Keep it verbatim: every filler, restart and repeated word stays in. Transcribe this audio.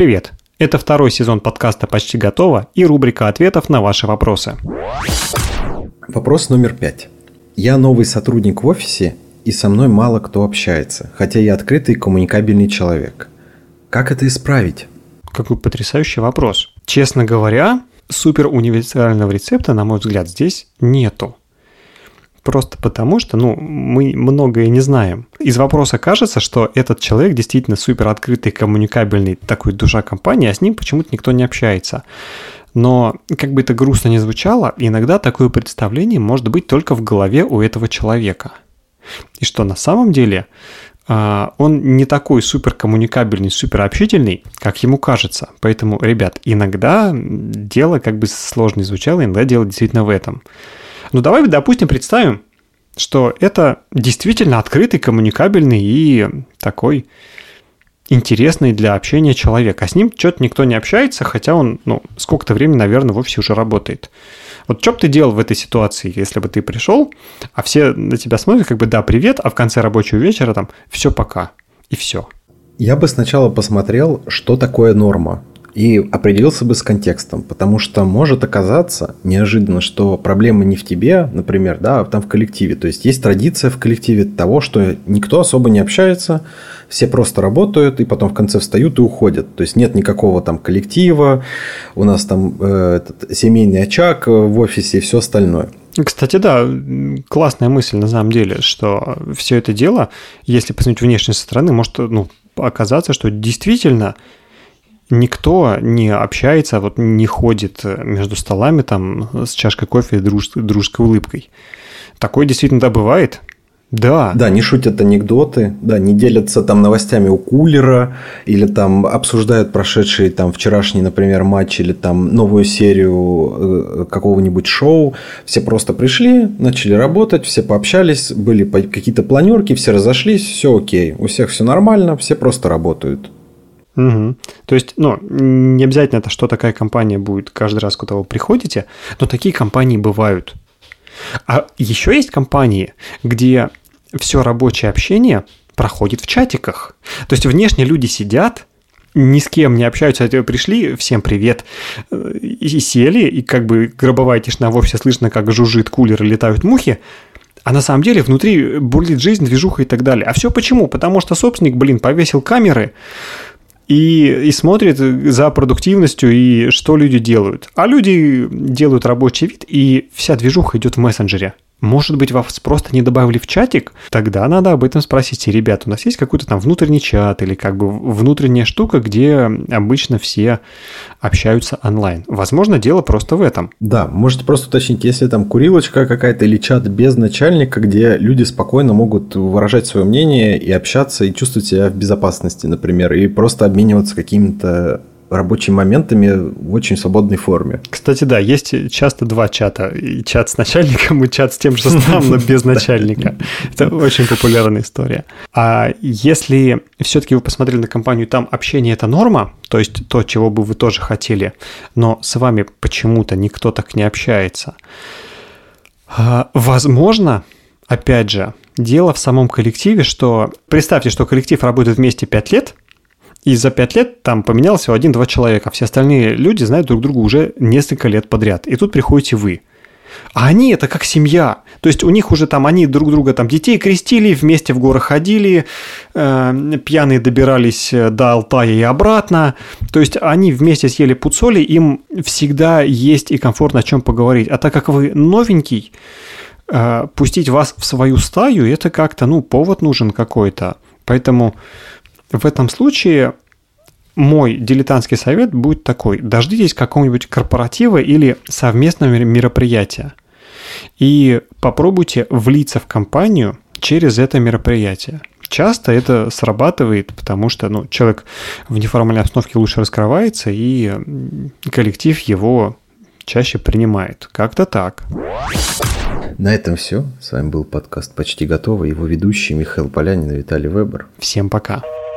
привет! Это второй сезон подкаста «Почти готово» и рубрика ответов на ваши вопросы. Вопрос номер пять. Я новый сотрудник в офисе, и со мной мало кто общается, хотя я открытый и коммуникабельный человек. Как это исправить? Какой потрясающий вопрос. Честно говоря, супер универсального рецепта, на мой взгляд, здесь нету. Просто потому, что ну, мы многое не знаем. Из вопроса кажется, что этот человек действительно супер открытый, коммуникабельный, такой душа компании, а с ним почему-то никто не общается. Но, как бы это грустно ни звучало, иногда такое представление может быть только в голове у этого человека. И что на самом деле он не такой супер коммуникабельный, супер общительный, как ему кажется. Поэтому, ребят, иногда дело, как бы сложно ни звучало, иногда дело действительно в этом. Ну, давай, допустим, представим, что это действительно открытый, коммуникабельный и такой интересный для общения человек. А с ним что-то никто не общается, хотя он, ну, сколько-то времени, наверное, в офисе уже работает. Вот что бы ты делал в этой ситуации, если бы ты пришел, а все на тебя смотрят, как бы, да, привет, а в конце рабочего вечера там все, пока, и все. Я бы сначала посмотрел, что такое норма. И определился бы с контекстом, потому что может оказаться неожиданно, что проблема не в тебе, например, да, а там в коллективе. То есть есть традиция в коллективе того, что никто особо не общается, все просто работают и потом в конце встают и уходят. То есть нет никакого там коллектива, у нас там э, этот, семейный очаг в офисе и все остальное. Кстати, да, классная мысль на самом деле, что все это дело, если посмотреть внешне со стороны, может, ну, оказаться, что действительно никто не общается, вот не ходит между столами там с чашкой кофе и друж, дружеской улыбкой. Такое действительно, да, бывает. Да. Да, не шутят анекдоты, да, не делятся там новостями у кулера, или там обсуждают прошедший там вчерашний, например, матч, или там новую серию какого-нибудь шоу. Все просто пришли, начали работать, все пообщались, были какие-то планерки, все разошлись, все окей, у всех все нормально, все просто работают. Угу. То есть, ну, не обязательно это, что такая компания будет каждый раз, куда вы приходите, но такие компании бывают. А еще есть компании, где все рабочее общение проходит в чатиках. То есть, внешне люди сидят, ни с кем не общаются, а пришли, всем привет, и сели, и как бы гробовая тишина в офисе, слышно, как жужжит кулер и летают мухи. А на самом деле внутри бурлит жизнь, движуха и так далее. А все почему? Потому что собственник, блин, повесил камеры, И, и смотрит за продуктивностью и что люди делают. А люди делают рабочий вид, и вся движуха идет в мессенджере. Может быть, вас просто не добавили в чатик? Тогда надо об этом спросить. Ребят, у нас есть какой-то там внутренний чат или как бы внутренняя штука, где обычно все общаются онлайн. Возможно, дело просто в этом. Да, можете просто уточнить, если там курилочка какая-то или чат без начальника, где люди спокойно могут выражать свое мнение и общаться, и чувствовать себя в безопасности, например, и просто обмениваться какими-то рабочими моментами в очень свободной форме. Кстати, да, есть часто два чата. И чат с начальником, и чат с тем же составом, но без начальника. Это очень популярная история. А если все-таки вы посмотрели на компанию, там общение – это норма, то есть то, чего бы вы тоже хотели, но с вами почему-то никто так не общается, возможно, опять же, дело в самом коллективе, что представьте, что коллектив работает вместе пять лет, и за пять лет там поменялось всего один-два человека. Все остальные люди знают друг друга уже несколько лет подряд. И тут приходите вы. А они это как семья. То есть у них уже там, они друг друга там детей крестили, вместе в горы ходили, э, пьяные добирались до Алтая и обратно. То есть они вместе съели пуцоли, им всегда есть и комфортно о чем поговорить. А так как вы новенький, э, пустить вас в свою стаю, это как-то, ну, повод нужен какой-то. Поэтому в этом случае мой дилетантский совет будет такой. Дождитесь какого-нибудь корпоратива или совместного мероприятия и попробуйте влиться в компанию через это мероприятие. Часто это срабатывает, потому что ну, человек в неформальной обстановке лучше раскрывается, и коллектив его чаще принимает. Как-то так. На этом все. С вами был подкаст «Почти готово». Его ведущий Михаил Полянин и Виталий Вебер. Всем пока.